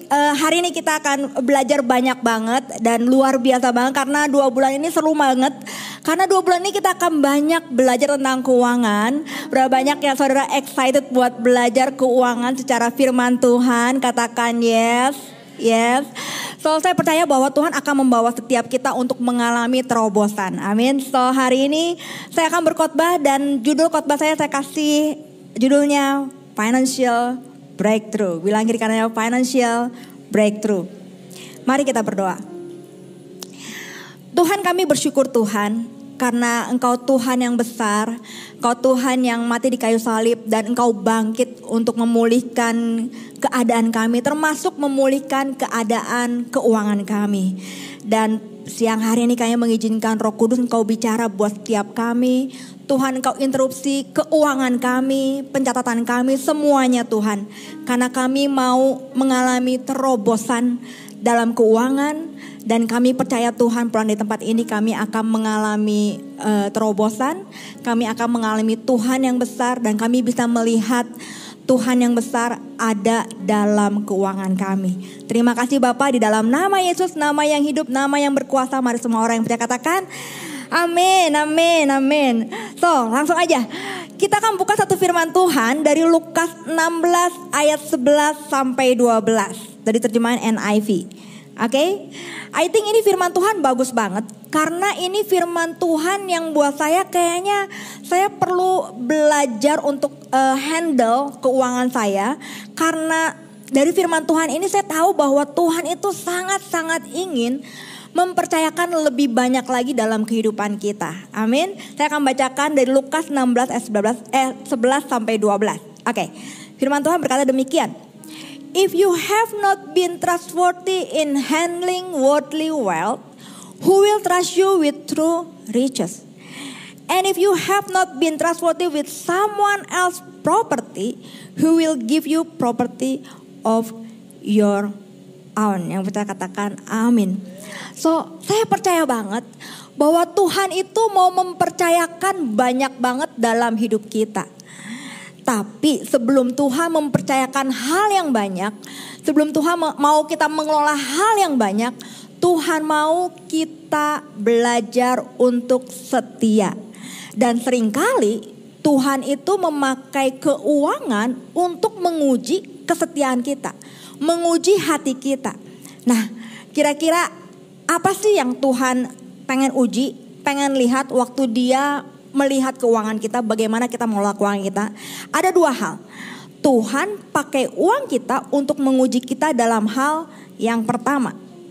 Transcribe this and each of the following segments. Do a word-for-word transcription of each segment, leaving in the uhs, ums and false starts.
uh, hari ini kita akan belajar banyak banget dan luar biasa banget karena dua bulan ini seru banget. Karena dua bulan ini kita akan banyak belajar tentang keuangan. Berapa banyak yang saudara excited buat belajar keuangan secara firman Tuhan? Katakan yes, yes. So saya percaya bahwa Tuhan akan membawa setiap kita untuk mengalami terobosan. Amin. So hari ini saya akan berkhotbah dan judul khotbah saya saya kasih judulnya Financial Breakthrough. Bilang kiri kanannya Financial Breakthrough. Mari kita berdoa. Tuhan, kami bersyukur Tuhan karena Engkau Tuhan yang besar, Engkau Tuhan yang mati di kayu salib dan Engkau bangkit untuk memulihkan keadaan kami, termasuk memulihkan keadaan keuangan kami. Dan siang hari ini kami mengizinkan Roh Kudus Engkau bicara buat setiap kami. Tuhan, Engkau interupsi keuangan kami, pencatatan kami, semuanya Tuhan. Karena kami mau mengalami terobosan dalam keuangan. Dan kami percaya Tuhan pulang di tempat ini kami akan mengalami uh, terobosan. Kami akan mengalami Tuhan yang besar dan kami bisa melihat Tuhan yang besar ada dalam keuangan kami. Terima kasih Bapa, di dalam nama Yesus, nama yang hidup, nama yang berkuasa. Mari semua orang yang percaya katakan amin, amin, amin. So langsung aja kita akan buka satu firman Tuhan dari Lukas enam belas ayat sebelas sampai dua belas dari terjemahan N I V. Oke, okay? I think ini firman Tuhan bagus banget. Karena ini firman Tuhan yang buat saya kayaknya saya perlu belajar untuk uh, handle keuangan saya. Karena dari firman Tuhan ini saya tahu bahwa Tuhan itu sangat-sangat ingin mempercayakan lebih banyak lagi dalam kehidupan kita. Amin. Saya akan bacakan dari Lukas enam belas ayat sebelas, eh, sebelas sampai dua belas. Oke, okay. Firman Tuhan berkata demikian. If you have not been trustworthy in handling worldly wealth, who will trust you with true riches? And if you have not been trustworthy with someone else's property, who will give you property of your own? Yang kita katakan amin. So, saya percaya banget bahwa Tuhan itu mau mempercayakan banyak banget dalam hidup kita. Tapi sebelum Tuhan mempercayakan hal yang banyak, sebelum Tuhan mau kita mengelola hal yang banyak, Tuhan mau kita belajar untuk setia. Dan seringkali Tuhan itu memakai keuangan untuk menguji kesetiaan kita, menguji hati kita. Nah, kira-kira apa sih yang Tuhan pengen uji, pengen lihat waktu Dia melihat keuangan kita, bagaimana kita mengelola keuangan kita? Ada dua hal. Tuhan pakai uang kita untuk menguji kita dalam hal yang pertama.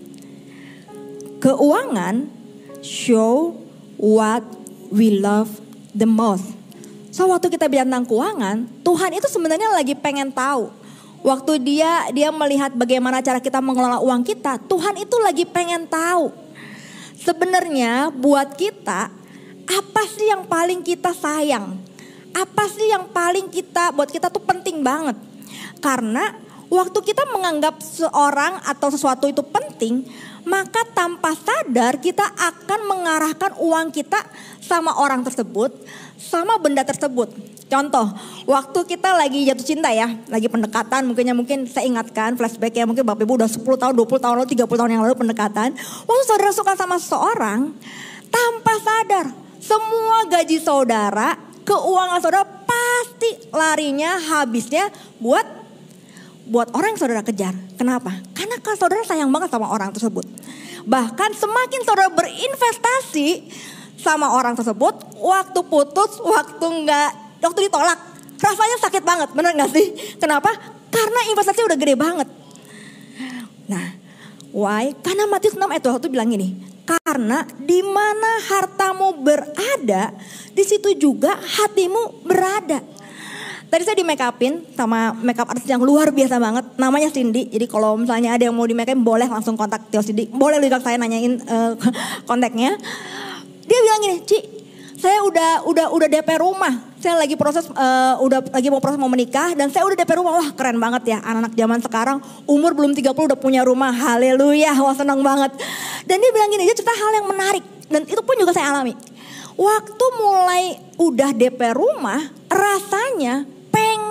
Keuangan show what we love the most. So waktu kita bicara tentang keuangan, Tuhan itu sebenarnya lagi pengen tahu. Waktu dia dia melihat bagaimana cara kita mengelola uang kita, Tuhan itu lagi pengen tahu. Sebenarnya buat kita, apa sih yang paling kita sayang? Apa sih yang paling kita buat kita tuh penting banget? Karena waktu kita menganggap seorang atau sesuatu itu penting, maka tanpa sadar kita akan mengarahkan uang kita sama orang tersebut, sama benda tersebut. Contoh, waktu kita lagi jatuh cinta ya, lagi pendekatan, mungkinnya mungkin saya ingatkan flashback ya, mungkin Bapak Ibu udah sepuluh tahun, dua puluh tahun lalu, tiga puluh tahun yang lalu pendekatan. Waktu saudara suka sama seseorang, tanpa sadar semua gaji saudara, keuangan saudara pasti larinya habisnya buat buat orang yang saudara kejar. Kenapa? Karena kan saudara sayang banget sama orang tersebut. Bahkan semakin saudara berinvestasi sama orang tersebut, waktu putus, waktu enggak, waktu ditolak, rasanya sakit banget, bener gak sih? Kenapa? Karena investasi udah gede banget. Nah, why? Karena Matius enam ayat dua puluh satu bilang gini, karena di mana hartamu berada, di situ juga hatimu berada. Tadi saya di make upin sama makeup artist yang luar biasa banget, namanya Cindy. Jadi kalau misalnya ada yang mau di make up boleh langsung kontak Tio Cindy. Boleh juga saya nanyain uh, kontaknya. Dia bilang gini, Ci, saya udah udah udah D P rumah. Saya lagi proses uh, udah lagi mau proses mau menikah dan saya udah D P rumah. Wah, keren banget ya anak-anak zaman sekarang umur belum tiga puluh udah punya rumah. Haleluya, wah senang banget. Dan dia bilang gini, dia cerita hal yang menarik dan itu pun juga saya alami. Waktu mulai udah D P rumah, rasanya pengen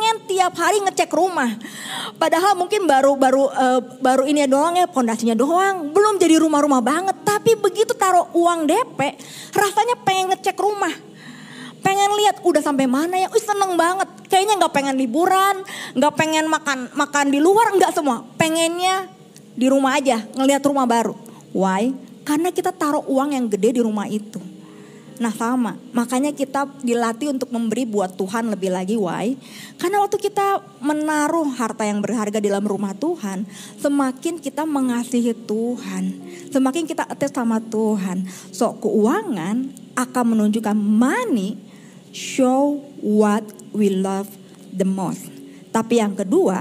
pengen tiap hari ngecek rumah. Padahal mungkin baru baru uh, baru ini doang ya, pondasinya doang, belum jadi rumah-rumah banget. Tapi begitu taruh uang D P, rasanya pengen ngecek rumah. Pengen lihat udah sampai mana ya, wih seneng banget. Kayaknya nggak pengen liburan, nggak pengen makan makan di luar, nggak semua. Pengennya di rumah aja, ngelihat rumah baru. Why? Karena kita taruh uang yang gede di rumah itu. Nah sama, makanya kita dilatih untuk memberi buat Tuhan lebih lagi. Why? Karena waktu kita menaruh harta yang berharga di dalam rumah Tuhan, semakin kita mengasihi Tuhan, semakin kita attach sama Tuhan. So keuangan akan menunjukkan money show what we love the most. Tapi yang kedua,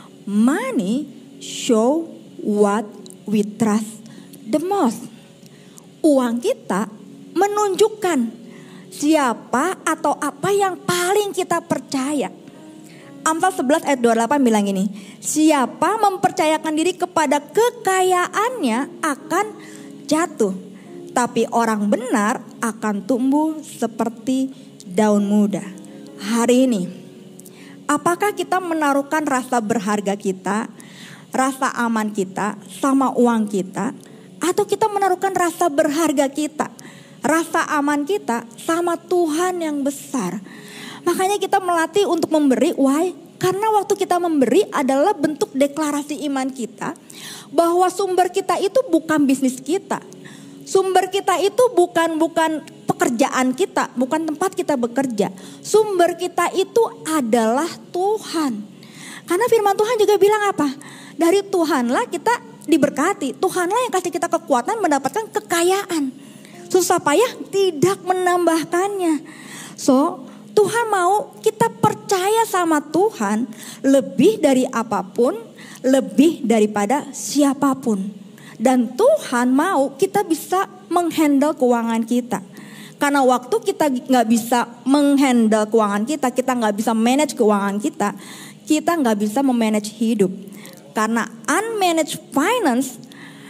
money show what we trust the most. Uang kita menunjukkan siapa atau apa yang paling kita percaya. Amsal sebelas ayat dua puluh delapan bilang gini, siapa mempercayakan diri kepada kekayaannya akan jatuh, tapi orang benar akan tumbuh seperti daun muda. Hari ini, apakah kita menaruhkan rasa berharga kita, rasa aman kita sama uang kita, atau kita menaruhkan rasa berharga kita, rasa aman kita sama Tuhan yang besar? Makanya kita melatih untuk memberi. Why? Karena waktu kita memberi adalah bentuk deklarasi iman kita bahwa sumber kita itu bukan bisnis kita. Sumber kita itu bukan bukan pekerjaan kita, bukan tempat kita bekerja. Sumber kita itu adalah Tuhan. Karena firman Tuhan juga bilang apa? Dari Tuhanlah kita diberkati. Tuhanlah yang kasih kita kekuatan mendapatkan kekayaan. Susah payah tidak menambahkannya. So, Tuhan mau kita percaya sama Tuhan lebih dari apapun, lebih daripada siapapun. Dan Tuhan mau kita bisa menghandle keuangan kita. Karena waktu kita gak bisa menghandle keuangan kita, kita gak bisa manage keuangan kita, kita gak bisa memanage hidup. Karena unmanaged finance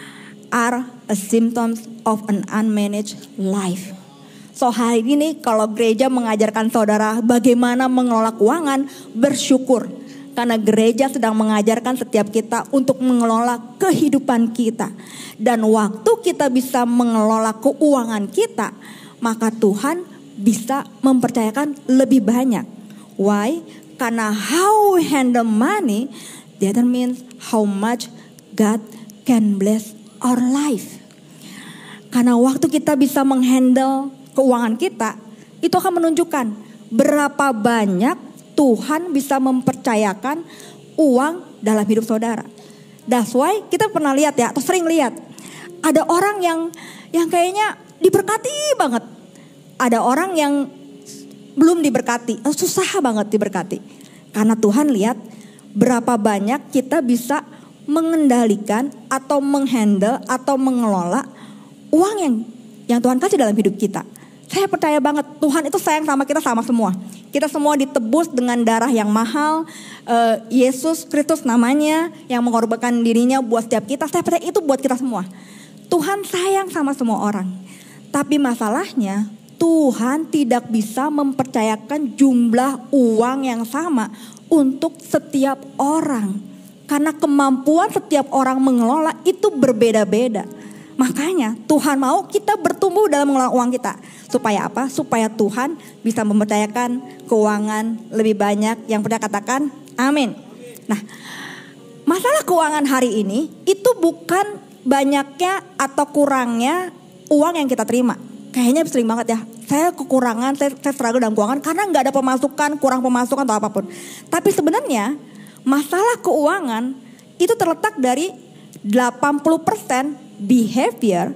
are a symptoms of an unmanaged life. So hari ini kalau gereja mengajarkan saudara bagaimana mengelola keuangan, bersyukur. Karena gereja sedang mengajarkan setiap kita untuk mengelola kehidupan kita. Dan waktu kita bisa mengelola keuangan kita, maka Tuhan bisa mempercayakan lebih banyak. Why? Karena how we handle money determines how much God can bless our life. Karena waktu kita bisa menghandle keuangan kita, itu akan menunjukkan berapa banyak Tuhan bisa mempercayakan uang dalam hidup saudara. That's why kita pernah lihat ya, atau sering lihat, ada orang yang yang kayaknya diberkati banget. Ada orang yang belum diberkati, susah banget diberkati. Karena Tuhan lihat berapa banyak kita bisa mengendalikan atau menghandle atau mengelola uang yang yang Tuhan kasih dalam hidup kita. Saya percaya banget Tuhan itu sayang sama kita sama semua. Kita semua ditebus dengan darah yang mahal. Uh, Yesus Kristus namanya yang mengorbankan dirinya buat setiap kita. Saya percaya itu buat kita semua. Tuhan sayang sama semua orang. Tapi masalahnya Tuhan tidak bisa mempercayakan jumlah uang yang sama untuk setiap orang. Karena kemampuan setiap orang mengelola itu berbeda-beda. Makanya Tuhan mau kita bertumbuh dalam mengelola uang kita. Supaya apa? Supaya Tuhan bisa mempercayakan keuangan lebih banyak. Yang percaya katakan amin. Nah, masalah keuangan hari ini itu bukan banyaknya atau kurangnya uang yang kita terima. Kayaknya sering banget ya, saya kekurangan, saya, saya struggle dalam keuangan karena gak ada pemasukan, kurang pemasukan atau apapun. Tapi sebenarnya masalah keuangan itu terletak dari delapan puluh persen behavior,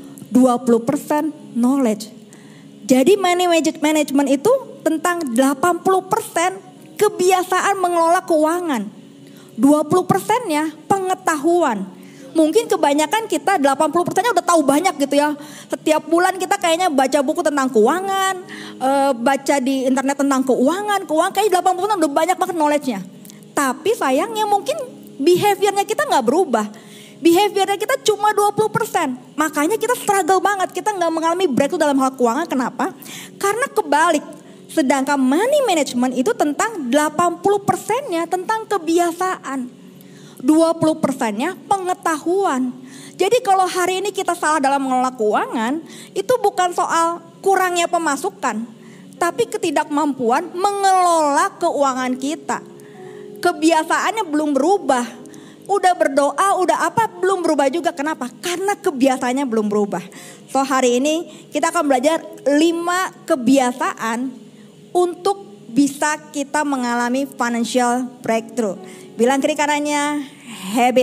dua puluh persen knowledge. Jadi money management itu tentang delapan puluh persen kebiasaan mengelola keuangan. dua puluh persennya pengetahuan. Mungkin kebanyakan kita delapan puluh persennya udah tahu banyak gitu ya. Setiap bulan kita kayaknya baca buku tentang keuangan, e, baca di internet tentang keuangan, keuangan kayaknya delapan puluh persen udah banyak banget knowledge-nya. Tapi sayangnya mungkin behaviornya kita gak berubah. Behaviornya kita cuma dua puluh persen. Makanya kita struggle banget. Kita gak mengalami breakthrough dalam hal keuangan. Kenapa? Karena kebalik. Sedangkan money management itu tentang delapan puluh persennya tentang kebiasaan. dua puluh persennya pengetahuan. Jadi kalau hari ini kita salah dalam mengelola keuangan, itu bukan soal kurangnya pemasukan, tapi ketidakmampuan mengelola keuangan kita. Kebiasaannya belum berubah. Udah berdoa, udah apa, belum berubah juga. Kenapa? Karena kebiasaannya belum berubah. So hari ini kita akan belajar lima kebiasaan untuk bisa kita mengalami financial breakthrough. Bilang kiri kanannya habit.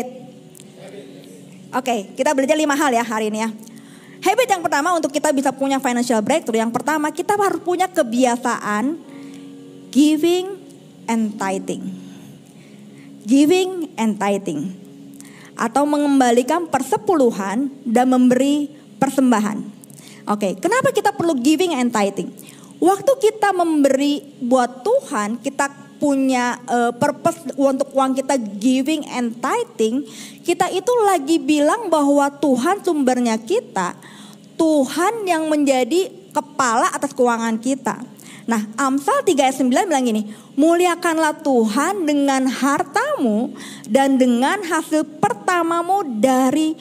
Oke, kita belajar lima hal ya hari ini ya. Habit yang pertama untuk kita bisa punya financial breakthrough. Yang pertama kita harus punya kebiasaan giving and tithing. Giving and tithing. Atau mengembalikan persepuluhan dan memberi persembahan. Oke, kenapa kita perlu giving and tithing? Waktu kita memberi buat Tuhan, kita punya uh, purpose untuk uang kita giving and tithing, kita itu lagi bilang bahwa Tuhan sumbernya kita, Tuhan yang menjadi kepala atas keuangan kita. Nah, Amsal tiga ayat sembilan bilang gini, muliakanlah Tuhan dengan hartamu dan dengan hasil pertamamu dari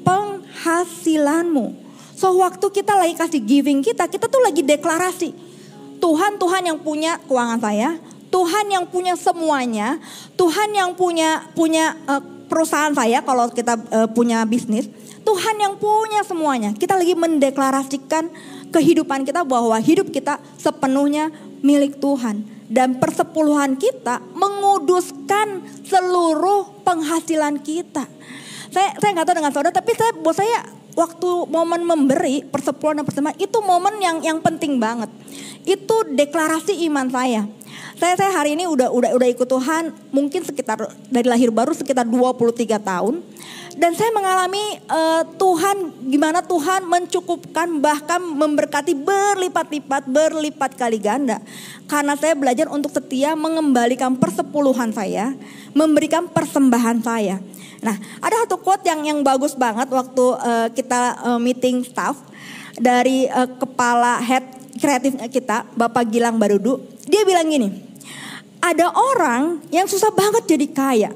penghasilanmu. So waktu kita lagi kasih giving kita, kita tuh lagi deklarasi. Tuhan, Tuhan yang punya keuangan saya, Tuhan yang punya semuanya, Tuhan yang punya punya uh, perusahaan saya kalau kita uh, punya bisnis, Tuhan yang punya semuanya. Kita lagi mendeklarasikan kehidupan kita bahwa hidup kita sepenuhnya milik Tuhan. Dan persepuluhan kita menguduskan seluruh penghasilan kita. Saya saya nggak tahu dengan saudara, tapi saya buat saya waktu momen memberi persepuluhan dan persembahan itu momen yang yang penting banget. Itu deklarasi iman saya. Saya saya hari ini udah udah udah ikut Tuhan mungkin sekitar dari lahir baru sekitar dua puluh tiga tahun. Dan saya mengalami uh, Tuhan, gimana Tuhan mencukupkan bahkan memberkati berlipat-lipat, berlipat kali ganda. Karena saya belajar untuk setia mengembalikan persepuluhan saya, memberikan persembahan saya. Nah, ada satu quote yang yang bagus banget waktu uh, kita uh, meeting staff dari uh, kepala head kreatifnya kita, Bapak Gilang Barudu. Dia bilang gini, ada orang yang susah banget jadi kaya.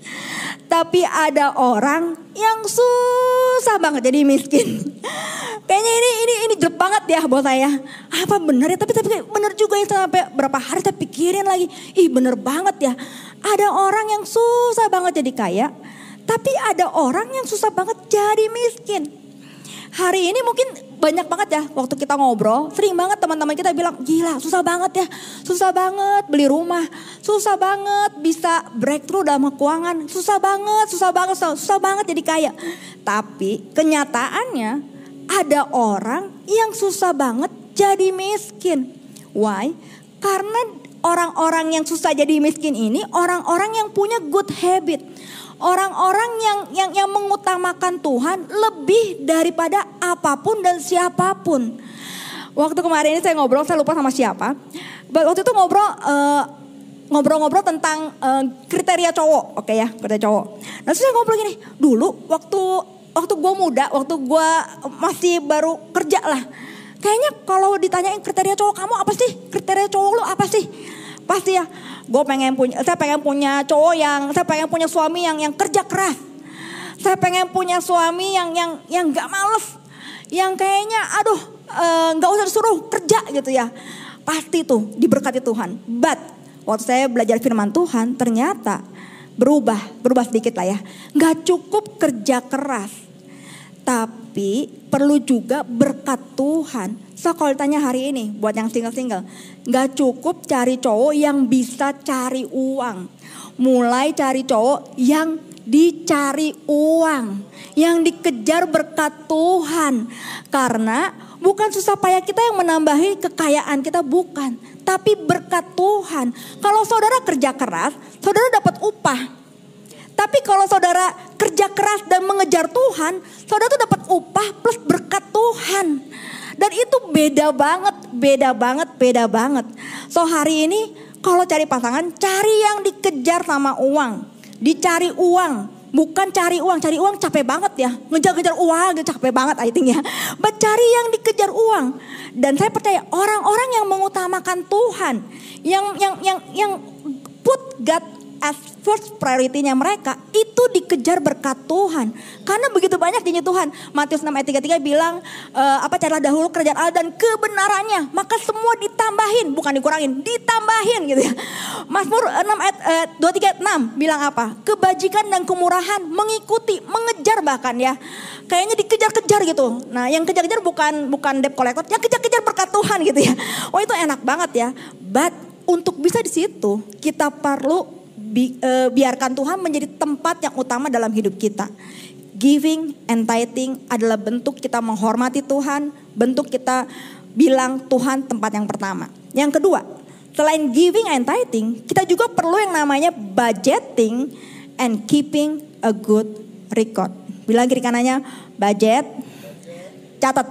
Tapi ada orang yang susah banget jadi miskin. Kayaknya ini ini ini jelek banget ya buat saya. Apa benar ya? Tapi tapi benar juga ya, sampai berapa hari saya pikirin lagi. Ih bener banget ya. Ada orang yang susah banget jadi kaya. Tapi ada orang yang susah banget jadi miskin. Hari ini mungkin banyak banget ya waktu kita ngobrol, sering banget teman-teman kita bilang, gila susah banget ya, susah banget beli rumah, susah banget bisa breakthrough dalam keuangan, susah banget, susah banget, susah, susah banget jadi kaya. Tapi kenyataannya ada orang yang susah banget jadi miskin. Why? Karena orang-orang yang susah jadi miskin ini orang-orang yang punya good habit. Orang-orang yang yang yang mengutamakan Tuhan lebih daripada apapun dan siapapun. Waktu kemarin ini saya ngobrol, saya lupa sama siapa. Waktu itu ngobrol uh, ngobrol-ngobrol tentang uh, kriteria cowok, oke okay ya, kriteria cowok. Nah, terus saya ngobrol gini, dulu waktu waktu gue muda, waktu gue masih baru kerja lah. Kayaknya kalau ditanyain kriteria cowok kamu apa sih? Kriteria cowok lo apa sih? Pasti ya, gue pengen punya, saya pengen punya cowok yang, saya pengen punya suami yang yang kerja keras. Saya pengen punya suami yang yang yang nggak males, yang kayaknya, aduh, nggak uh, usah disuruh kerja gitu ya. Pasti tuh diberkati Tuhan. But waktu saya belajar firman Tuhan, ternyata berubah, berubah sedikit lah ya. Nggak cukup kerja keras, tapi perlu juga berkat Tuhan. So kalau ditanya hari ini buat yang single-single, gak cukup cari cowok yang bisa cari uang. Mulai cari cowok yang dicari uang, yang dikejar berkat Tuhan. Karena bukan susah payah kita yang menambahi kekayaan kita, bukan. Tapi berkat Tuhan. Kalau saudara kerja keras, saudara dapat upah. Tapi kalau saudara kerja keras dan mengejar Tuhan, saudara tuh dapat upah plus berkat Tuhan. Dan itu beda banget, beda banget, beda banget. So hari ini kalau cari pasangan, cari yang dikejar sama uang. Dicari uang, Bukan cari uang, cari uang capek banget ya. Ngejar-ngejar uang capek banget I think ya. But cari yang dikejar uang. Dan saya percaya orang-orang yang mengutamakan Tuhan, yang yang yang yang put God as first priority-nya mereka, itu dikejar berkat Tuhan. Karena begitu banyak janji Tuhan. Matius enam ayat tiga puluh tiga bilang, e, apa carilah dahulu kerajaan Allah dan kebenarannya, maka semua ditambahin, bukan dikurangin, ditambahin gitu ya. Mazmur enam ayat e, dua puluh tiga ayat enam bilang apa? Kebajikan dan kemurahan mengikuti, mengejar bahkan ya. Kayaknya dikejar-kejar gitu. Nah, yang kejar-kejar bukan bukan debt collector, yang kejar-kejar berkat Tuhan gitu ya. Oh, itu enak banget ya. But untuk bisa di situ kita perlu Bi, uh, biarkan Tuhan menjadi tempat yang utama dalam hidup kita. Giving and tithing adalah bentuk kita menghormati Tuhan, bentuk kita bilang Tuhan tempat yang pertama. Yang kedua, selain giving and tithing, kita juga perlu yang namanya budgeting and keeping a good record. Bilang kiri kanannya, budget, catat.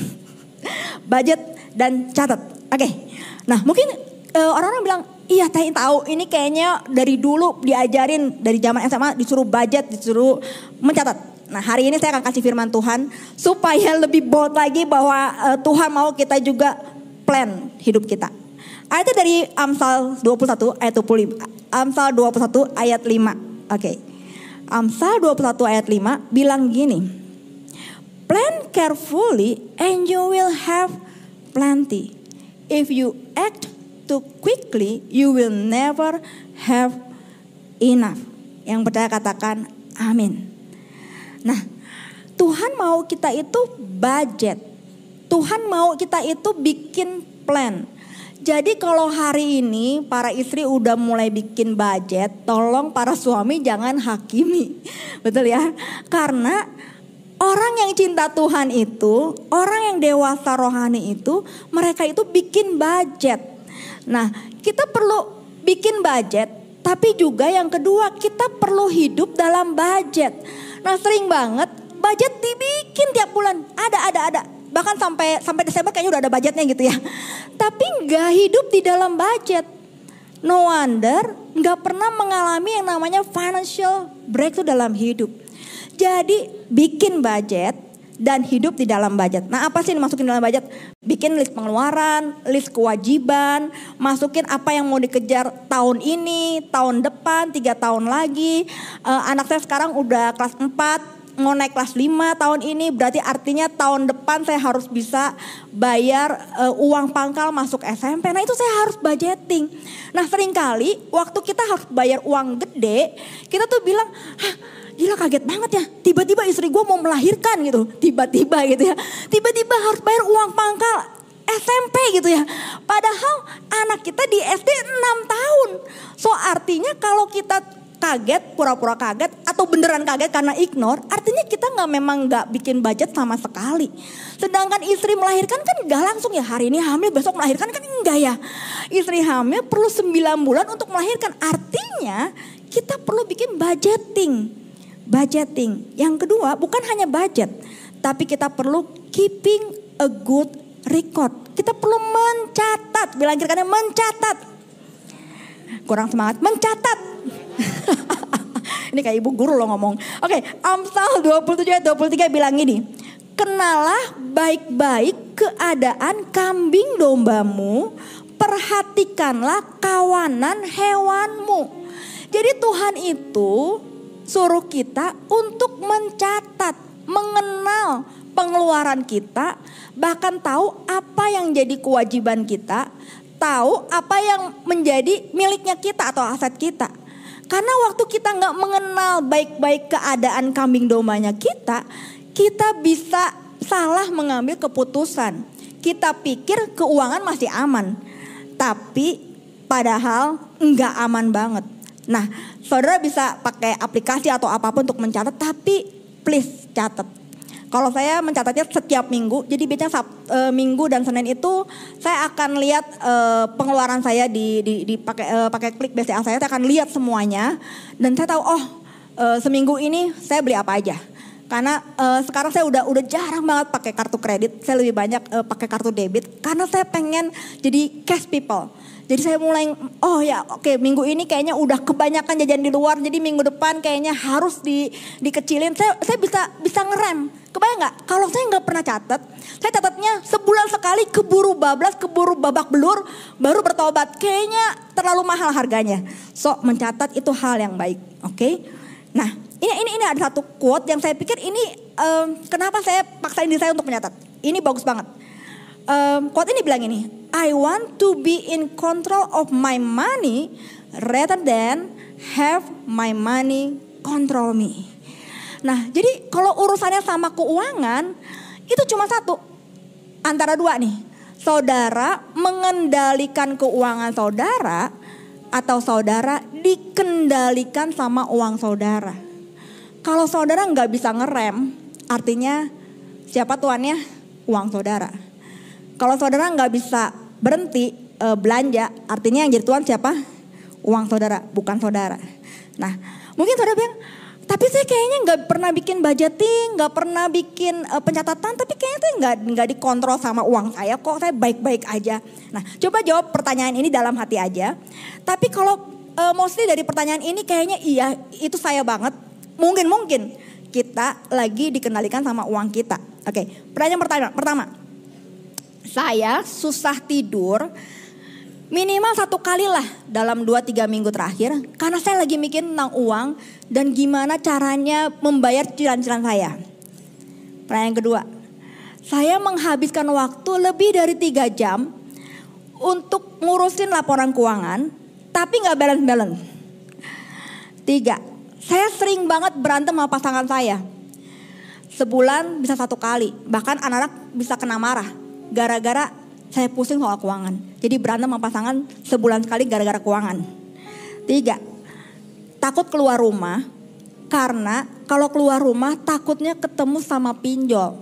Budget dan catat. Oke. Okay. Nah, mungkin uh, orang-orang bilang, iya Teh tahu ini kayaknya dari dulu diajarin dari zaman S M A disuruh budget, disuruh mencatat. Nah, hari ini saya akan kasih firman Tuhan supaya lebih bold lagi bahwa uh, Tuhan mau kita juga plan hidup kita. Ayatnya dari Amsal dua puluh satu ayat dua puluh lima. Amsal dua puluh satu ayat lima. Oke. Okay. Amsal dua puluh satu ayat lima bilang gini. Plan carefully and you will have plenty. If you act too quickly, you will never have enough. Yang percaya katakan amin. Nah, Tuhan mau kita itu budget. Tuhan mau kita itu bikin plan. Jadi kalau hari ini para istri udah mulai bikin budget, tolong para suami jangan hakimi. Betul ya? Karena orang yang cinta Tuhan itu, orang yang dewasa rohani itu, mereka itu bikin budget. Nah, kita perlu bikin budget, tapi juga yang kedua kita perlu hidup dalam budget. Nah, sering banget budget dibikin tiap bulan, ada ada ada. Bahkan sampai sampai Desember kayaknya udah ada budgetnya gitu ya. Tapi nggak hidup di dalam budget. No wonder nggak pernah mengalami yang namanya financial breakthrough dalam hidup. Jadi bikin budget dan hidup di dalam budget. Nah, apa sih yang dimasukin dalam budget? Bikin list pengeluaran, list kewajiban, masukin apa yang mau dikejar tahun ini, tahun depan, tiga tahun lagi. Uh, anak saya sekarang udah kelas empat, mau naik kelas lima tahun ini, berarti artinya tahun depan saya harus bisa bayar uh, uang pangkal masuk S M P. Nah, itu saya harus budgeting. Nah, seringkali waktu kita harus bayar uang gede, kita tuh bilang, hah, gila kaget banget ya, tiba-tiba istri gue mau melahirkan gitu, tiba-tiba gitu ya, tiba-tiba harus bayar uang pangkal S M P gitu ya. Padahal anak kita di S D enam tahun. So artinya kalau kita kaget, pura-pura kaget atau beneran kaget karena ignore, artinya kita nggak memang nggak bikin budget sama sekali. Sedangkan istri melahirkan kan nggak langsung ya, hari ini hamil besok melahirkan kan enggak ya. Istri hamil perlu sembilan bulan untuk melahirkan, artinya kita perlu bikin budgeting. Budgeting. Yang kedua bukan hanya budget, tapi kita perlu keeping a good record. Kita perlu mencatat, bilang kira-kira mencatat. Kurang semangat, mencatat. Ini kayak ibu guru loh ngomong. Oke, Amsal dua puluh tujuh ayat dua puluh tiga bilang ini. Kenalah baik-baik keadaan kambing dombamu, perhatikanlah kawanan hewanmu. Jadi Tuhan itu suruh kita untuk mencatat, mengenal pengeluaran kita, bahkan tahu apa yang jadi kewajiban kita, tahu apa yang menjadi miliknya kita atau aset kita. Karena waktu kita nggak mengenal baik-baik keadaan kambing dombanya kita, kita bisa salah mengambil keputusan. Kita pikir keuangan masih aman, tapi padahal nggak aman banget. Nah, saudara bisa pakai aplikasi atau apapun untuk mencatat, tapi please catat. Kalau saya mencatatnya setiap minggu, jadi biasanya Sab, e, Minggu dan Senin itu saya akan lihat e, pengeluaran saya di, di, di pakai e, pakai klik B C A saya, saya akan lihat semuanya dan saya tahu oh e, seminggu ini saya beli apa aja. Karena uh, sekarang saya udah udah jarang banget pakai kartu kredit, saya lebih banyak uh, pakai kartu debit karena saya pengen jadi cash people. Jadi saya mulai, oh ya oke okay, minggu ini kayaknya udah kebanyakan jajan di luar, jadi minggu depan kayaknya harus di, dikecilin. Saya saya bisa bisa ngerem. Kebayang nggak? Kalau saya nggak pernah catat, saya catatnya sebulan sekali keburu bablas, keburu babak belur, baru bertobat. Kayaknya terlalu mahal harganya. So mencatat itu hal yang baik, oke? Okay? Nah ini ini ini ada satu quote yang saya pikir ini um, kenapa saya paksain diri saya untuk mencatat. Ini bagus banget. Um, quote ini bilang ini, I want to be in control of my money rather than have my money control me. Nah jadi kalau urusannya sama keuangan itu cuma satu antara dua nih. Saudara mengendalikan keuangan saudara atau saudara dikendalikan sama uang saudara. Kalau saudara nggak bisa ngerem, artinya siapa tuannya? Uang saudara. Kalau saudara nggak bisa berhenti e, belanja, artinya yang jadi tuan siapa? Uang saudara, bukan saudara. Nah, mungkin saudara bilang, tapi saya kayaknya nggak pernah bikin budgeting, nggak pernah bikin e, pencatatan, tapi kayaknya itu nggak nggak dikontrol sama uang saya, kok saya baik-baik aja. Nah, coba jawab pertanyaan ini dalam hati aja. Tapi kalau e, mostly dari pertanyaan ini kayaknya iya, itu saya banget. Mungkin mungkin kita lagi dikendalikan sama uang kita. Oke, pertanyaan pertama. Pertama. Saya susah tidur minimal satu kali lah dalam dua tiga minggu terakhir. Karena saya lagi mikir tentang uang dan gimana caranya membayar cicilan-cicilan saya. Pertanyaan kedua. Saya menghabiskan waktu lebih dari tiga jam untuk ngurusin laporan keuangan. Tapi gak balance-balance. Tiga. Saya sering banget berantem sama pasangan saya. Sebulan bisa satu kali. Bahkan anak-anak bisa kena marah. Gara-gara saya pusing soal keuangan. Jadi berantem sama pasangan sebulan sekali gara-gara keuangan. Tiga, takut keluar rumah karena kalau keluar rumah takutnya ketemu sama pinjol.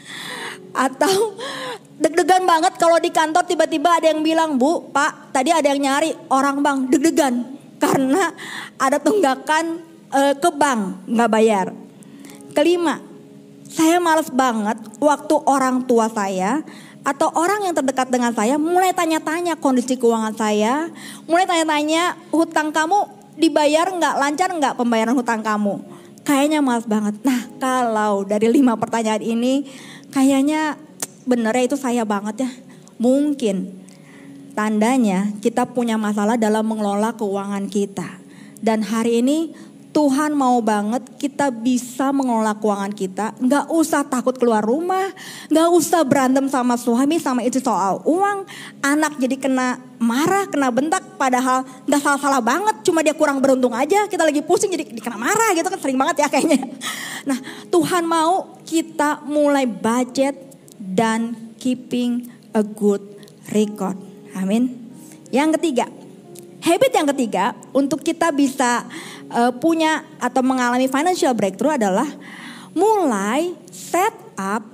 Atau deg-degan banget kalau di kantor tiba-tiba ada yang bilang, Bu, Pak, tadi ada yang nyari orang bang, deg-degan. Karena ada tunggakan e, ke bank, gak bayar. Kelima, saya males banget waktu orang tua saya atau orang yang terdekat dengan saya mulai tanya-tanya kondisi keuangan saya, mulai tanya-tanya hutang kamu dibayar nggak, lancar nggak pembayaran hutang kamu. Kayaknya malas banget. Nah kalau dari lima pertanyaan ini kayaknya benernya itu saya banget ya. Mungkin tandanya kita punya masalah dalam mengelola keuangan kita. Dan hari ini Tuhan mau banget kita bisa mengelola keuangan kita. Gak usah takut keluar rumah. Gak usah berantem sama suami sama istri soal uang. Anak jadi kena marah, kena bentak. Padahal gak salah-salah banget. Cuma dia kurang beruntung aja. Kita lagi pusing jadi kena marah gitu kan. Sering banget ya kayaknya. Nah Tuhan mau kita mulai budget dan keeping a good record. Amin. Yang ketiga. Habit yang ketiga untuk kita bisa uh, punya atau mengalami financial breakthrough adalah mulai set up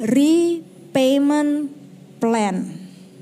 repayment plan.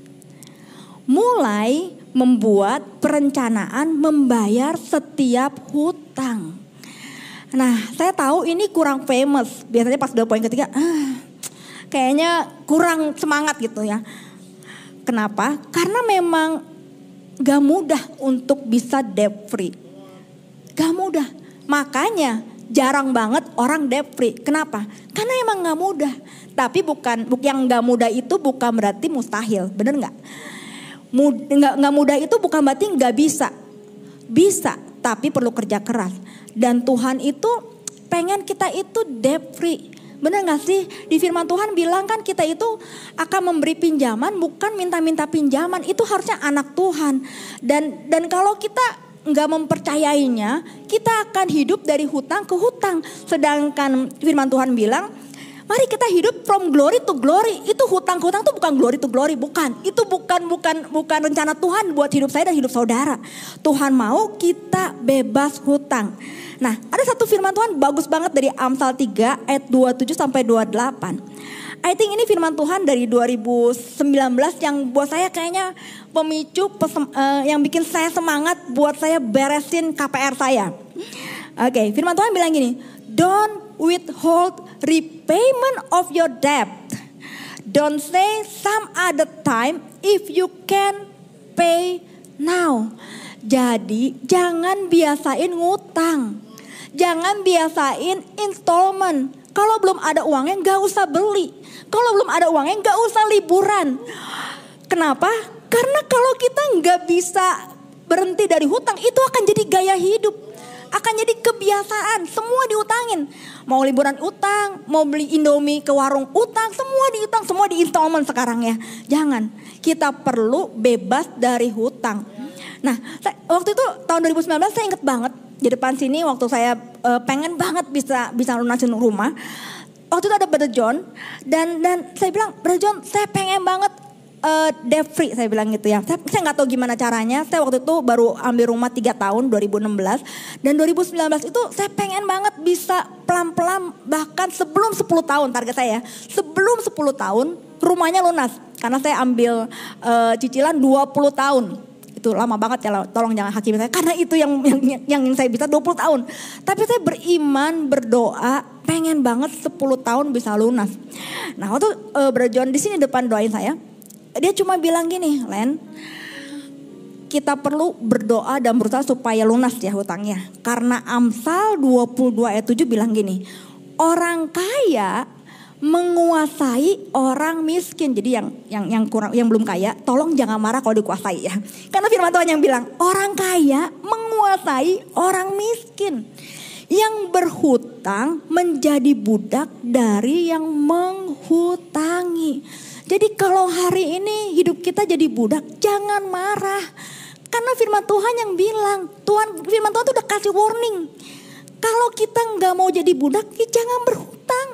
Mulai membuat perencanaan membayar setiap hutang. Nah, saya tahu ini kurang famous. Biasanya pas udah poin ketiga, ah, kayaknya kurang semangat gitu ya. Kenapa? Karena memang gak mudah untuk bisa debt free. Gak mudah. Makanya jarang banget orang debt free. Kenapa? Karena emang gak mudah. Tapi bukan, yang gak mudah itu bukan berarti mustahil. Bener gak? Mud, gak, gak mudah itu bukan berarti gak bisa. Bisa, tapi perlu kerja keras. Dan Tuhan itu pengen kita itu debt free. Benar gak sih? Di firman Tuhan bilang kan kita itu akan memberi pinjaman bukan minta-minta pinjaman. Itu harusnya anak Tuhan. Dan dan kalau kita gak mempercayainya, kita akan hidup dari hutang ke hutang. Sedangkan firman Tuhan bilang, mari kita hidup from glory to glory. Itu hutang ke hutang itu bukan glory to glory, bukan. Itu bukan bukan bukan rencana Tuhan buat hidup saya dan hidup saudara. Tuhan mau kita bebas hutang. Nah, ada satu firman Tuhan bagus banget dari Amsal tiga ayat dua puluh tujuh sampai dua puluh delapan. I think ini firman Tuhan dari dua ribu sembilan belas yang buat saya kayaknya pemicu pesem, uh, yang bikin saya semangat buat saya beresin K P R saya. Oke, okay, firman Tuhan bilang gini, don't withhold repayment of your debt. Don't say some other time if you can pay now. Jadi jangan biasain ngutang. Jangan biasain installment. Kalau belum ada uangnya gak usah beli. Kalau belum ada uangnya gak usah liburan. Kenapa? Karena kalau kita gak bisa berhenti dari hutang, itu akan jadi gaya hidup. Akan jadi kebiasaan, semua diutangin. Mau liburan utang, mau beli Indomie ke warung utang, semua diutang, semua di installment sekarang ya. Jangan, kita perlu bebas dari hutang. Nah, saya, waktu itu tahun dua ribu sembilan belas saya ingat banget di depan sini waktu saya uh, pengen banget bisa bisa lunasin rumah. Waktu itu ada Brother John dan dan saya bilang, Brother John, saya pengen banget Uh, debt free, saya bilang gitu ya. Saya, saya gak tahu gimana caranya. Saya waktu itu baru ambil rumah tiga tahun, dua ribu enam belas. Dan dua ribu sembilan belas itu saya pengen banget bisa pelan-pelan, bahkan sebelum sepuluh tahun target saya. Sebelum sepuluh tahun rumahnya lunas. Karena saya ambil uh, cicilan dua puluh tahun. Itu lama banget ya, tolong jangan hakimi saya. Karena itu yang, yang, yang saya bisa dua puluh tahun. Tapi saya beriman, berdoa, pengen banget sepuluh tahun bisa lunas. Nah waktu uh, Brother John di sini depan doain saya. Dia cuma bilang gini, Len, kita perlu berdoa dan berusaha supaya lunas ya hutangnya. Karena Amsal dua puluh dua ayat tujuh bilang gini, orang kaya menguasai orang miskin. Jadi yang yang yang kurang, yang belum kaya, tolong jangan marah kalau dikuasai ya. Karena firman Tuhan yang bilang, orang kaya menguasai orang miskin. Yang berhutang menjadi budak dari yang menghutangi. Jadi kalau hari ini hidup kita jadi budak, jangan marah. Karena firman Tuhan yang bilang, Tuhan firman Tuhan tuh udah kasih warning. Kalau kita gak mau jadi budak, ya jangan berhutang.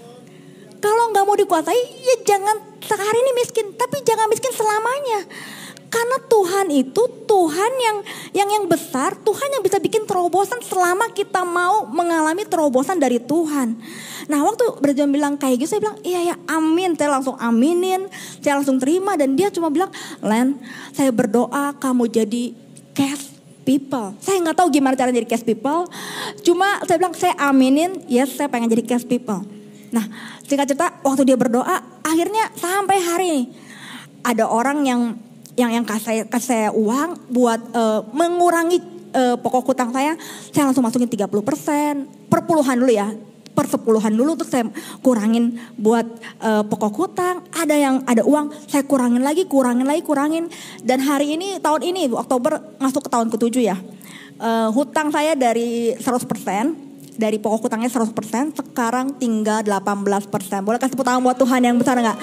Kalau gak mau dikuasai, ya jangan sehari ini miskin. Tapi jangan miskin selamanya. Karena Tuhan itu Tuhan yang yang yang besar, Tuhan yang bisa bikin terobosan selama kita mau mengalami terobosan dari Tuhan. Nah waktu Brother John bilang kayak gitu, saya bilang iya ya amin. Saya langsung aminin, saya langsung terima. Dan dia cuma bilang, Len, saya berdoa kamu jadi cash people. Saya gak tahu gimana cara jadi cash people. Cuma saya bilang saya aminin, yes saya pengen jadi cash people. Nah singkat cerita waktu dia berdoa, akhirnya sampai hari ini ada orang yang yang yang kasih kasih saya uang buat uh, mengurangi uh, pokok hutang saya. Saya langsung masukin tiga puluh persen per puluhan dulu ya. Per sepuluhan dulu terus saya kurangin buat uh, pokok hutang. Ada yang ada uang saya kurangin lagi, kurangin lagi, kurangin. Dan hari ini tahun ini Oktober masuk ke tahun ketujuh ya. Uh, hutang saya dari seratus persen, dari pokok hutangnya seratus persen sekarang tinggal delapan belas persen. Boleh kasih tepuk tangan buat Tuhan yang besar enggak?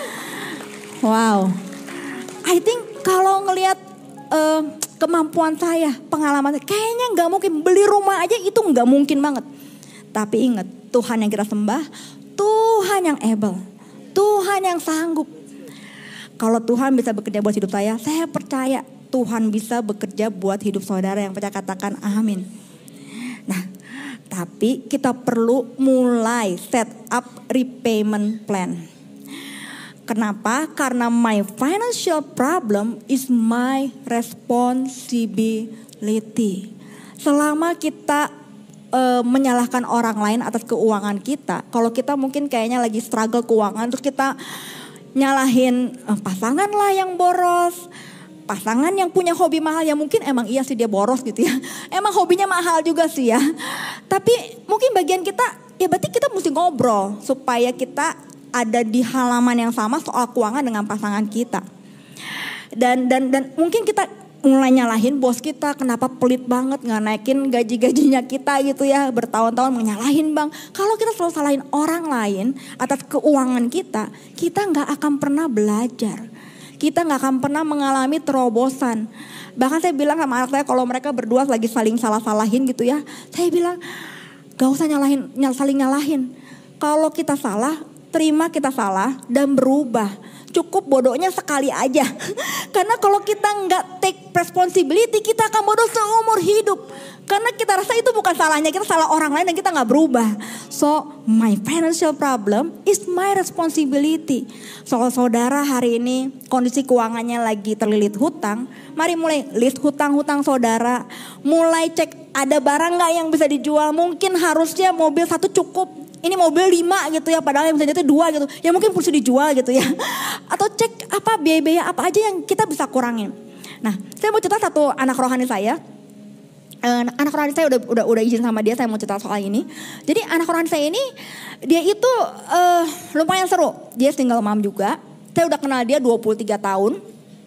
Wow. I think kalau ngelihat uh, kemampuan saya, pengalaman saya, kayaknya nggak mungkin beli rumah aja itu nggak mungkin banget. Tapi ingat, Tuhan yang kita sembah, Tuhan yang able, Tuhan yang sanggup. Kalau Tuhan bisa bekerja buat hidup saya, saya percaya Tuhan bisa bekerja buat hidup saudara. Yang percaya katakan amin. Nah, tapi kita perlu mulai set up repayment plan. Kenapa? Karena my financial problem is my responsibility. Selama kita e, menyalahkan orang lain atas keuangan kita, kalau kita mungkin kayaknya lagi struggle keuangan, terus kita nyalahin e, pasangan lah yang boros, pasangan yang punya hobi mahal, ya mungkin emang iya sih dia boros gitu ya. Emang hobinya mahal juga sih ya. Tapi mungkin bagian kita, ya berarti kita mesti ngobrol supaya kita ada di halaman yang sama soal keuangan dengan pasangan kita. Dan dan dan mungkin kita mulai nyalahin bos kita, kenapa pelit banget nggak naikin gaji-gajinya kita gitu ya, bertahun-tahun menyalahin bang. Kalau kita selalu salahin orang lain atas keuangan kita, kita nggak akan pernah belajar. Kita nggak akan pernah mengalami terobosan. Bahkan saya bilang sama anak saya kalau mereka berdua lagi saling salah-salahin gitu ya, saya bilang gak usah nyalahin, nyal, saling nyalahin. Kalau kita salah, terima kita salah dan berubah. Cukup bodohnya sekali aja. Karena kalau kita nggak take responsibility, kita akan bodoh seumur hidup. Karena kita rasa itu bukan salahnya, kita salah orang lain dan kita nggak berubah. So my financial problem is my responsibility. Soal saudara hari ini kondisi keuangannya lagi terlilit hutang, mari mulai list hutang-hutang saudara. Mulai cek ada barang nggak yang bisa dijual. Mungkin harusnya mobil satu cukup. ini mobil lima gitu ya, padahal yang bisa jatuh dua gitu. Ya mungkin perlu dijual gitu ya. Atau cek apa biaya-biaya apa aja yang kita bisa kurangin. Nah, saya mau cerita satu anak rohani saya. Uh, anak rohani saya udah udah udah izin sama dia, saya mau cerita soal ini. Jadi anak rohani saya ini dia itu uh, lumayan seru. Dia single mom juga. Saya udah kenal dia dua puluh tiga tahun.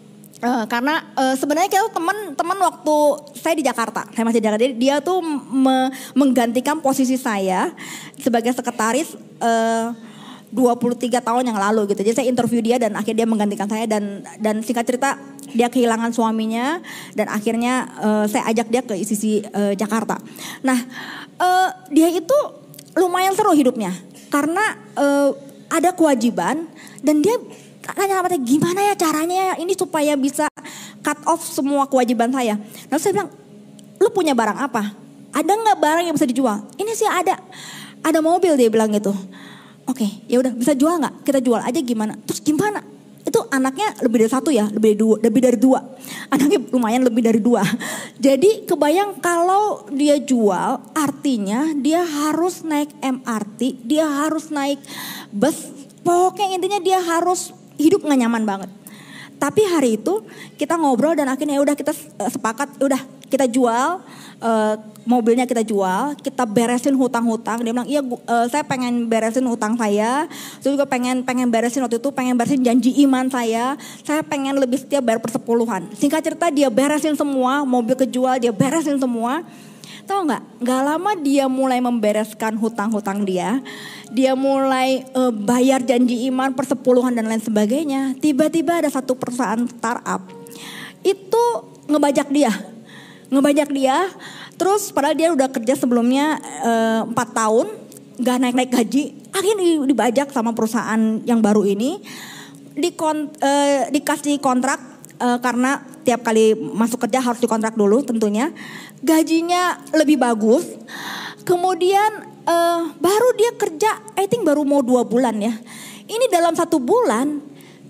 Uh, karena uh, sebenarnya kita teman-teman waktu saya di Jakarta, saya masih di Jakarta. Jadi dia tuh me- menggantikan posisi saya sebagai sekretaris uh, dua puluh tiga tahun yang lalu gitu. Jadi saya interview dia dan akhirnya dia menggantikan saya dan dan singkat cerita dia kehilangan suaminya dan akhirnya uh, saya ajak dia ke I C C uh, Jakarta. Nah, uh, dia itu lumayan seru hidupnya karena uh, ada kewajiban dan dia tanya sama saya, gimana ya caranya ini supaya bisa cut off semua kewajiban saya. Lalu saya bilang, lu punya barang apa? Ada nggak barang yang bisa dijual? Ini sih ada, ada mobil, dia bilang gitu. Oke, ya udah bisa jual nggak? Kita jual aja gimana? Terus gimana? Itu anaknya lebih dari satu ya, lebih dari dua, lebih dari dua. Anaknya lumayan lebih dari dua. Jadi kebayang kalau dia jual, artinya dia harus naik M R T, dia harus naik bus. Pokoknya intinya dia harus hidup gak nyaman banget. Tapi hari itu kita ngobrol dan akhirnya ya udah kita sepakat, udah kita jual uh, mobilnya, kita jual, kita beresin hutang-hutang. Dia bilang, iya uh, saya pengen beresin hutang saya, saya juga pengen pengen beresin waktu itu, pengen beresin janji iman saya, saya pengen lebih setia bayar persepuluhan. Singkat cerita dia beresin semua, mobil kejual, dia beresin semua. Tahu nggak? Nggak lama dia mulai membereskan hutang-hutang dia. Dia mulai uh, bayar janji iman, persepuluhan dan lain sebagainya. Tiba-tiba ada satu perusahaan startup itu ngebajak dia, ngebajak dia. Terus padahal dia udah kerja sebelumnya uh, empat tahun, nggak naik-naik gaji. Akhirnya dibajak sama perusahaan yang baru ini. Dikon, uh, dikasih kontrak uh, karena tiap kali masuk kerja harus dikontrak dulu tentunya. Gajinya lebih bagus. Kemudian uh, baru dia kerja, I think baru mau dua bulan ya. Ini dalam satu bulan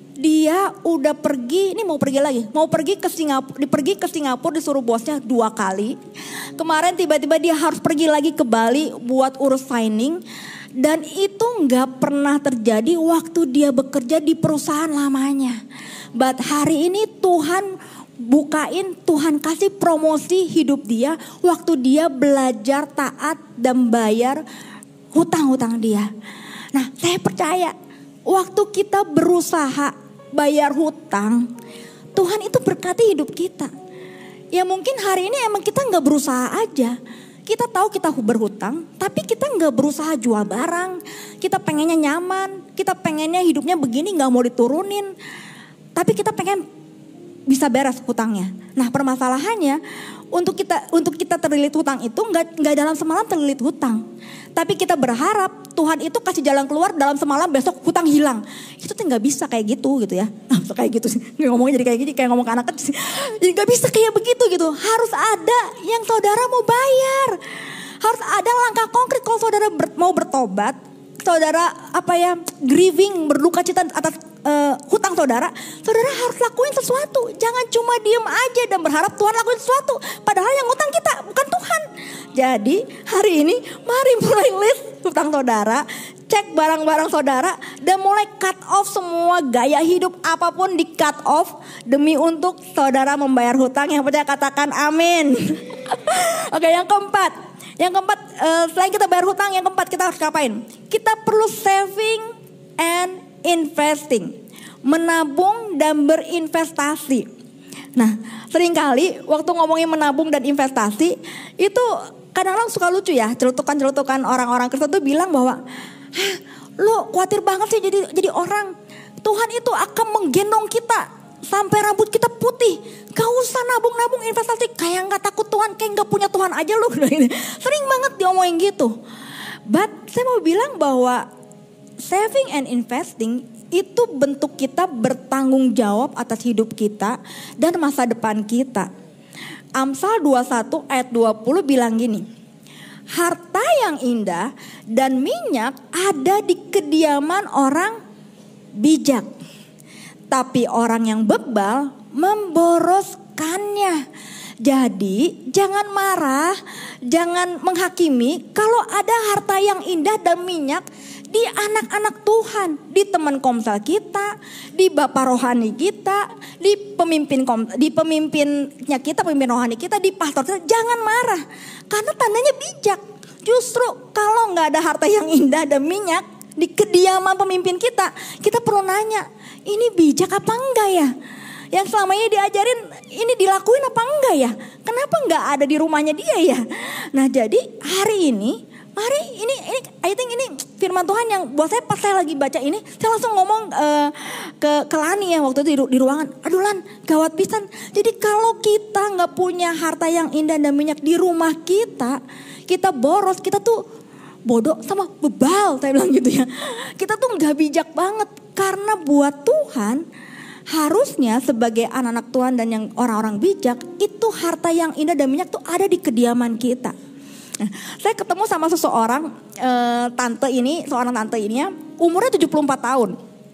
dia udah pergi, ini mau pergi lagi, mau pergi ke Singapura, pergi ke Singapura disuruh bosnya dua kali. Kemarin tiba-tiba dia harus pergi lagi ke Bali buat urus signing. Dan itu nggak pernah terjadi waktu dia bekerja di perusahaan lamanya. But hari ini Tuhan bukain, Tuhan kasih promosi hidup dia waktu dia belajar taat dan bayar hutang-hutang dia. Nah, saya percaya waktu kita berusaha bayar hutang, Tuhan itu berkati hidup kita. Ya mungkin hari ini emang kita gak berusaha aja. Kita tahu kita berhutang, tapi kita gak berusaha jual barang. Kita pengennya nyaman, kita pengennya hidupnya begini gak mau diturunin. Tapi kita pengen bisa beres hutangnya. Nah permasalahannya untuk kita untuk kita terlilit hutang itu nggak nggak dalam semalam terlilit hutang, tapi kita berharap Tuhan itu kasih jalan keluar dalam semalam, besok hutang hilang. Itu tuh nggak bisa kayak gitu gitu ya. Nah, kayak gitu sih ngomongnya jadi kayak gini, kayak ngomong ke anak kecil. Jadi nggak bisa kayak begitu gitu. Harus ada yang saudara mau bayar. Harus ada langkah konkret kalau saudara ber, mau bertobat. Saudara apa ya grieving, berduka cita atas uh, hutang saudara, saudara harus lakuin sesuatu. Jangan cuma diem aja dan berharap Tuhan lakuin sesuatu. Padahal yang hutang kita bukan Tuhan. Jadi hari ini mari mulai list hutang saudara, cek barang-barang saudara dan mulai cut off semua gaya hidup apapun, di cut off demi untuk saudara membayar hutang. Yang percaya katakan amin. Oke, yang keempat. Yang keempat, uh, selain kita bayar hutang, yang keempat kita harus ngapain? Kita perlu saving and investing. Menabung dan berinvestasi. Nah, seringkali waktu ngomongin menabung dan investasi, itu kadang-kadang suka lucu ya. Celutukan-celutukan orang-orang Kristen tuh bilang bahwa, hah, lo khawatir banget sih jadi, jadi orang. Tuhan itu akan menggendong kita sampai rambut kita putih. Gak usah nabung-nabung investasi. Kayak gak takut Tuhan, kayak gak punya Tuhan aja lu. Sering banget diomongin gitu. But saya mau bilang bahwa saving and investing itu bentuk kita bertanggung jawab atas hidup kita dan masa depan kita. Amsal dua puluh satu ayat dua puluh bilang gini. Harta yang indah dan minyak ada di kediaman orang bijak. Tapi orang yang bebal memboroskannya. Jadi jangan marah, jangan menghakimi kalau ada harta yang indah dan minyak di anak-anak Tuhan, di teman komsel kita, di bapak rohani kita, di pemimpin kom, di pemimpinnya kita, pemimpin rohani kita, di pastor kita. Jangan marah, karena tandanya bijak. Justru kalau nggak ada harta yang indah dan minyak di kediaman pemimpin kita, kita perlu nanya, ini bijak apa enggak ya? Yang selama ini diajarin, ini dilakuin apa enggak ya? Kenapa enggak ada di rumahnya dia ya? Nah jadi hari ini, mari ini, ini I think ini firman Tuhan yang buat saya pas saya lagi baca ini, saya langsung ngomong uh, ke, ke Lani ya waktu itu di, di ruangan. Aduh Lan, gawat pisan. Jadi kalau kita nggak punya harta yang indah dan minyak di rumah kita, kita boros, kita tuh bodoh sama bebal, saya bilang gitu ya. Kita tuh nggak bijak banget karena buat Tuhan, harusnya sebagai anak-anak Tuhan dan yang orang-orang bijak, itu harta yang indah dan minyak tuh ada di kediaman kita. Nah, saya ketemu sama seseorang, e, tante ini, seorang tante ini ya, umurnya tujuh puluh empat tahun.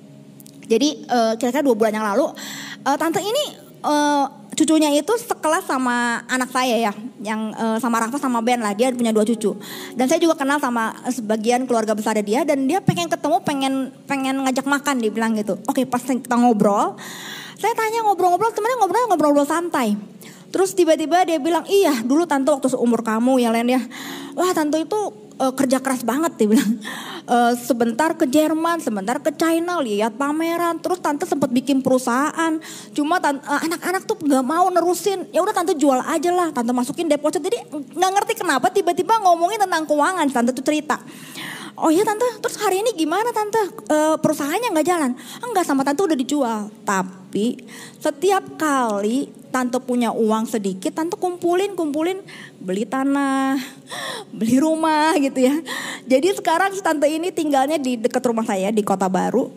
Jadi e, kira-kira dua bulan yang lalu, e, tante ini e, cucunya itu sekelas sama anak saya ya, yang e, sama Rafa sama Ben lah, dia punya dua cucu. Dan saya juga kenal sama sebagian keluarga besar dia, dan dia pengen ketemu, pengen pengen ngajak makan, dia bilang gitu. Oke, pas kita ngobrol, saya tanya ngobrol-ngobrol, temennya ngobrol-ngobrol santai. Terus tiba-tiba dia bilang, iya dulu tante waktu seumur kamu ya Len ya, wah tante itu e, kerja keras banget, dia bilang. E, sebentar ke Jerman, sebentar ke China, lihat pameran, terus tante sempat bikin perusahaan. Cuma tante, e, anak-anak tuh nggak mau nerusin, ya udah tante jual aja lah, tante masukin deposit. Jadi nggak ngerti kenapa tiba-tiba ngomongin tentang keuangan, tante tuh cerita. Oh iya tante, terus hari ini gimana tante, e, perusahaannya nggak jalan? Enggak, sama tante udah dijual. Tapi setiap kali tante punya uang sedikit, tante kumpulin, kumpulin, beli tanah, beli rumah gitu ya. Jadi sekarang si tante ini tinggalnya di dekat rumah saya di Kota Baru.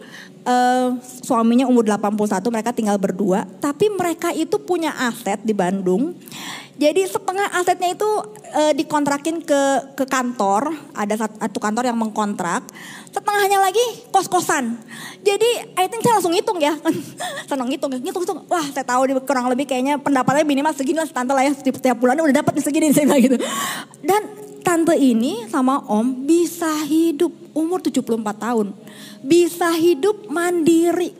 Uh, suaminya umur delapan puluh satu, mereka tinggal berdua. Tapi mereka itu punya aset di Bandung. Jadi setengah asetnya itu uh, dikontrakin ke ke kantor, ada satu kantor yang mengkontrak. Setengahnya lagi kos-kosan. Jadi I think saya langsung hitung ya. Senang hitung, hitung, hitung. Wah saya tahu kurang lebih kayaknya pendapatnya minimal segini lah tante lah ya. Setiap bulannya udah dapat segini saya bilang gitu. Dan tante ini sama om bisa hidup umur tujuh puluh empat tahun. Bisa hidup mandiri.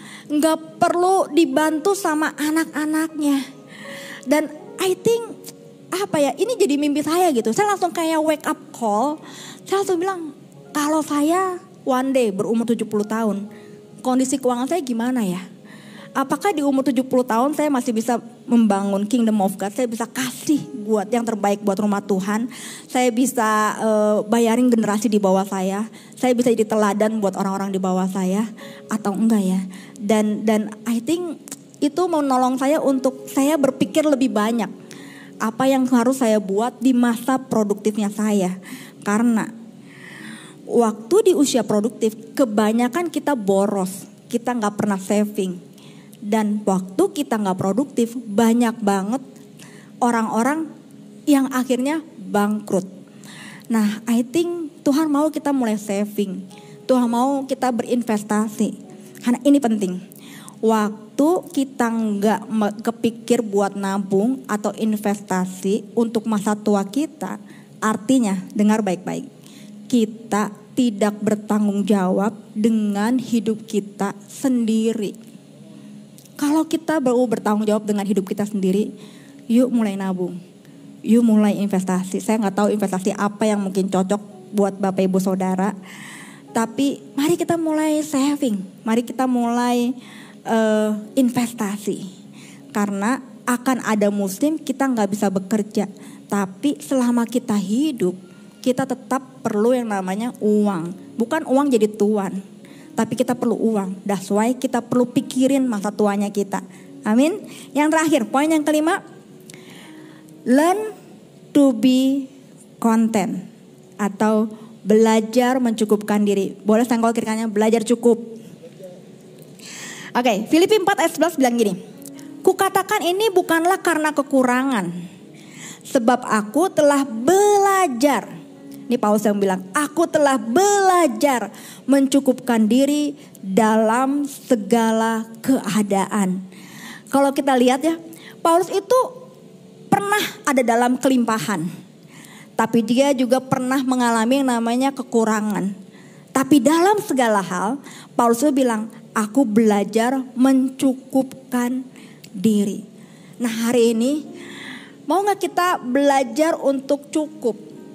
Nggak perlu dibantu sama anak-anaknya. Dan I think apa ya, ini jadi mimpi saya gitu. Saya langsung kayak wake up call. Saya langsung bilang, kalau saya one day berumur tujuh puluh tahun, kondisi keuangan saya gimana ya? Apakah di umur tujuh puluh tahun saya masih bisa membangun kingdom of God? Saya bisa kasih buat yang terbaik buat rumah Tuhan. Saya bisa uh, bayarin generasi di bawah saya. Saya bisa jadi teladan buat orang-orang di bawah saya atau enggak ya? Dan dan I think itu menolong saya untuk saya berpikir lebih banyak. Apa yang harus saya buat di masa produktifnya saya. Karena waktu di usia produktif kebanyakan kita boros. Kita gak pernah saving. Dan waktu kita gak produktif banyak banget orang-orang yang akhirnya bangkrut. Nah I think Tuhan mau kita mulai saving. Tuhan mau kita berinvestasi. Karena ini penting. Waktu kita nggak kepikir buat nabung atau investasi untuk masa tua kita, artinya dengar baik-baik, kita tidak bertanggung jawab dengan hidup kita sendiri. Kalau kita baru bertanggung jawab dengan hidup kita sendiri, yuk mulai nabung, yuk mulai investasi. Saya nggak tahu investasi apa yang mungkin cocok buat Bapak Ibu Saudara, tapi mari kita mulai saving, mari kita mulai Uh, investasi. Karena akan ada musim kita gak bisa bekerja. Tapi selama kita hidup, kita tetap perlu yang namanya uang. Bukan uang jadi tuan, tapi kita perlu uang. That's why kita perlu pikirin masa tuanya kita. Amin. Yang terakhir, poin yang kelima, learn to be content. Atau belajar mencukupkan diri. Boleh senggol kirikannya, belajar cukup. Oke, okay, Filipi empat ayat sebelas bilang gini. Kukatakan ini bukanlah karena kekurangan. Sebab aku telah belajar. Ini Paulus yang bilang, aku telah belajar mencukupkan diri dalam segala keadaan. Kalau kita lihat ya, Paulus itu pernah ada dalam kelimpahan. Tapi dia juga pernah mengalami yang namanya kekurangan. Tapi dalam segala hal, Paulus bilang, aku belajar mencukupkan diri. Nah hari ini, mau gak kita belajar untuk cukup?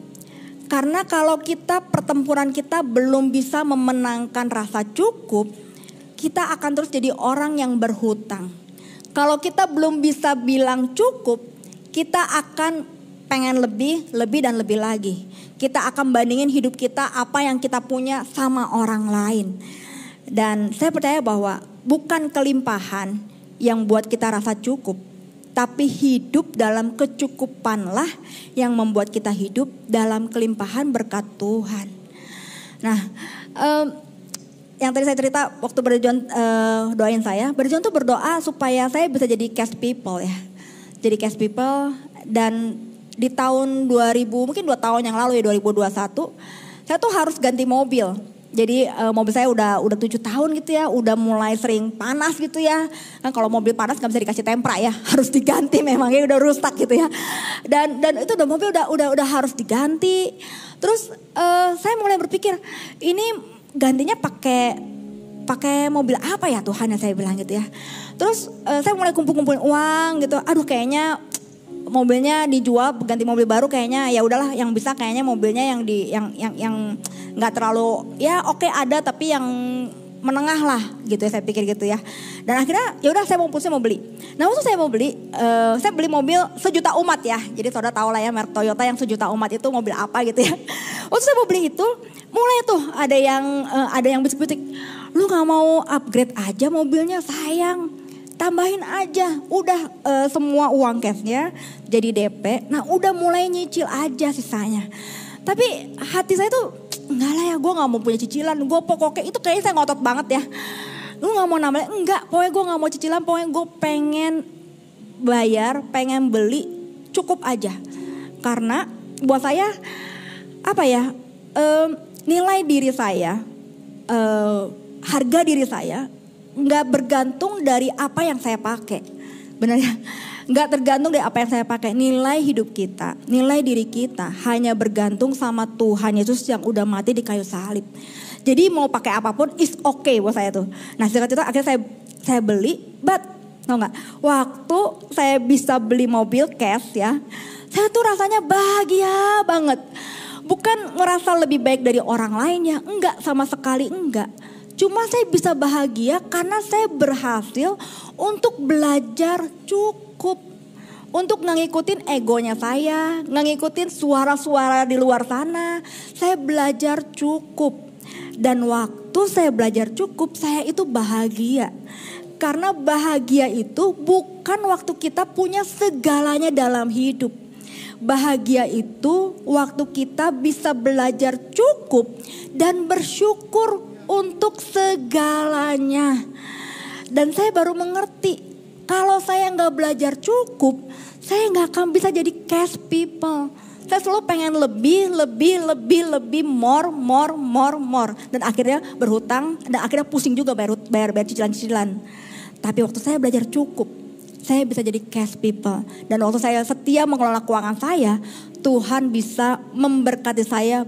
Karena kalau kita pertempuran kita belum bisa memenangkan rasa cukup, kita akan terus jadi orang yang berhutang. Kalau kita belum bisa bilang cukup, kita akan pengen lebih, lebih dan lebih lagi. Kita akan bandingin hidup kita apa yang kita punya sama orang lain. Dan saya percaya bahwa bukan kelimpahan yang buat kita rasa cukup, tapi hidup dalam kecukupanlah yang membuat kita hidup dalam kelimpahan berkat Tuhan. Nah, um, yang tadi saya cerita waktu berjuang uh, doain saya, berjuang tuh berdoa supaya saya bisa jadi cash people ya. Jadi cash people. Dan di tahun dua ribu, mungkin dua tahun yang lalu ya, dua ribu dua puluh satu, saya tuh harus ganti mobil. Jadi uh, mobil saya udah udah tujuh tahun gitu ya, udah mulai sering panas gitu ya. Kan kalau mobil panas nggak bisa dikasih tempra ya, harus diganti memangnya udah rusak gitu ya. Dan dan itu udah mobil udah udah udah harus diganti. Terus uh, saya mulai berpikir, ini gantinya pakai pakai mobil apa ya Tuhan, yang saya bilang gitu ya. Terus uh, saya mulai kumpul-kumpulin uang gitu. Aduh kayaknya mobilnya dijual ganti mobil baru, kayaknya ya udahlah yang bisa kayaknya mobilnya yang di yang yang yang nggak terlalu ya oke okay, ada tapi yang menengah lah gitu ya, saya pikir gitu ya. Dan akhirnya ya udah saya mutusnya mau beli. Nah waktu saya mau beli, uh, saya beli mobil sejuta umat ya. Jadi saudara tahu lah ya merek Toyota yang sejuta umat itu mobil apa gitu ya. Waktu saya mau beli itu mulai tuh ada yang uh, ada yang bisik-bisik, lu nggak mau upgrade aja mobilnya sayang, tambahin aja, udah uh, semua uang cashnya jadi D P. Nah udah mulai nyicil aja sisanya. Tapi hati saya tuh enggak lah ya, gue gak mau punya cicilan. Gue pokoknya itu kayaknya saya ngotot banget ya. Lu gak mau nambah, enggak. Pokoknya gue gak mau cicilan, pokoknya gue pengen bayar, pengen beli, cukup aja. Karena buat saya, apa ya, um, nilai diri saya, um, harga diri saya, gak bergantung dari apa yang saya pakai. Benar ya? Gak tergantung dari apa yang saya pakai. Nilai hidup kita, nilai diri kita hanya bergantung sama Tuhan Yesus yang udah mati di kayu salib. Jadi mau pakai apapun is okay buat saya tuh. Nah singkat cerita akhirnya saya saya beli, but tau gak, waktu saya bisa beli mobil cash ya, saya tuh rasanya bahagia banget. Bukan ngerasa lebih baik dari orang lainnya, enggak, sama sekali enggak. Cuma saya bisa bahagia karena saya berhasil untuk belajar cukup. Untuk ngikutin egonya saya, ngikutin suara-suara di luar sana. Saya belajar cukup. Dan waktu saya belajar cukup, saya itu bahagia. Karena bahagia itu bukan waktu kita punya segalanya dalam hidup. Bahagia itu waktu kita bisa belajar cukup dan bersyukur untuk segalanya. Dan saya baru mengerti, kalau saya gak belajar cukup, saya gak akan bisa jadi cash people. Saya selalu pengen lebih, lebih, lebih, lebih, more, more, more, more. Dan akhirnya berhutang, dan akhirnya pusing juga bayar, bayar, bayar cicilan-cicilan. Tapi waktu saya belajar cukup, saya bisa jadi cash people. Dan waktu saya setia mengelola keuangan saya, Tuhan bisa memberkati saya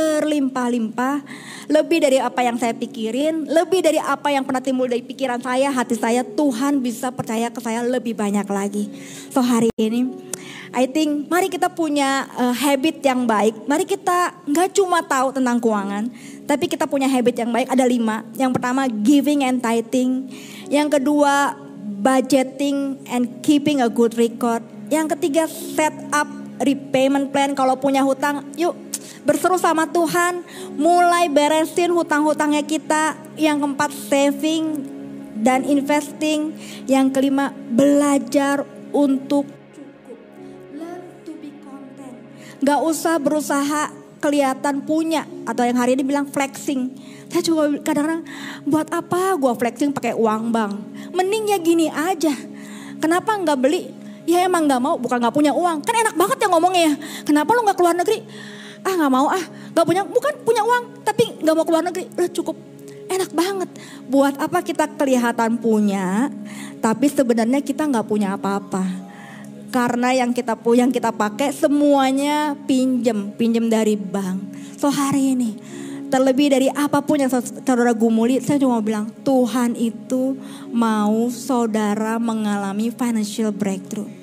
berlimpah-limpah. Lebih dari apa yang saya pikirin, lebih dari apa yang pernah timbul dari pikiran saya, hati saya, Tuhan bisa percaya ke saya lebih banyak lagi. So hari ini, I think mari kita punya uh, habit yang baik. Mari kita gak cuma tahu tentang keuangan, tapi kita punya habit yang baik. Ada lima. Yang pertama giving and tithing. Yang kedua budgeting and keeping a good record. Yang ketiga set up repayment plan. Kalau punya hutang, yuk berseru sama Tuhan, mulai beresin hutang-hutangnya kita. Yang keempat saving dan investing. Yang kelima belajar untuk cukup. Learn to be content. Gak usah berusaha kelihatan punya, atau yang hari ini bilang flexing. Saya juga kadang-kadang buat apa gue flexing pakai uang bank. Mending ya gini aja. Kenapa gak beli? Ya emang gak mau, bukan gak punya uang. Kan enak banget ya ngomongnya ya. Kenapa lu gak keluar negeri? Ah gak mau ah, gak punya, bukan punya uang tapi gak mau keluar negeri. Udah cukup, enak banget. Buat apa kita kelihatan punya, tapi sebenarnya kita gak punya apa-apa. Karena yang kita punya, yang kita pakai semuanya pinjem, pinjem dari bank. So hari ini, terlebih dari apapun yang saudara gumuli, saya cuma mau bilang Tuhan itu mau saudara mengalami financial breakthrough.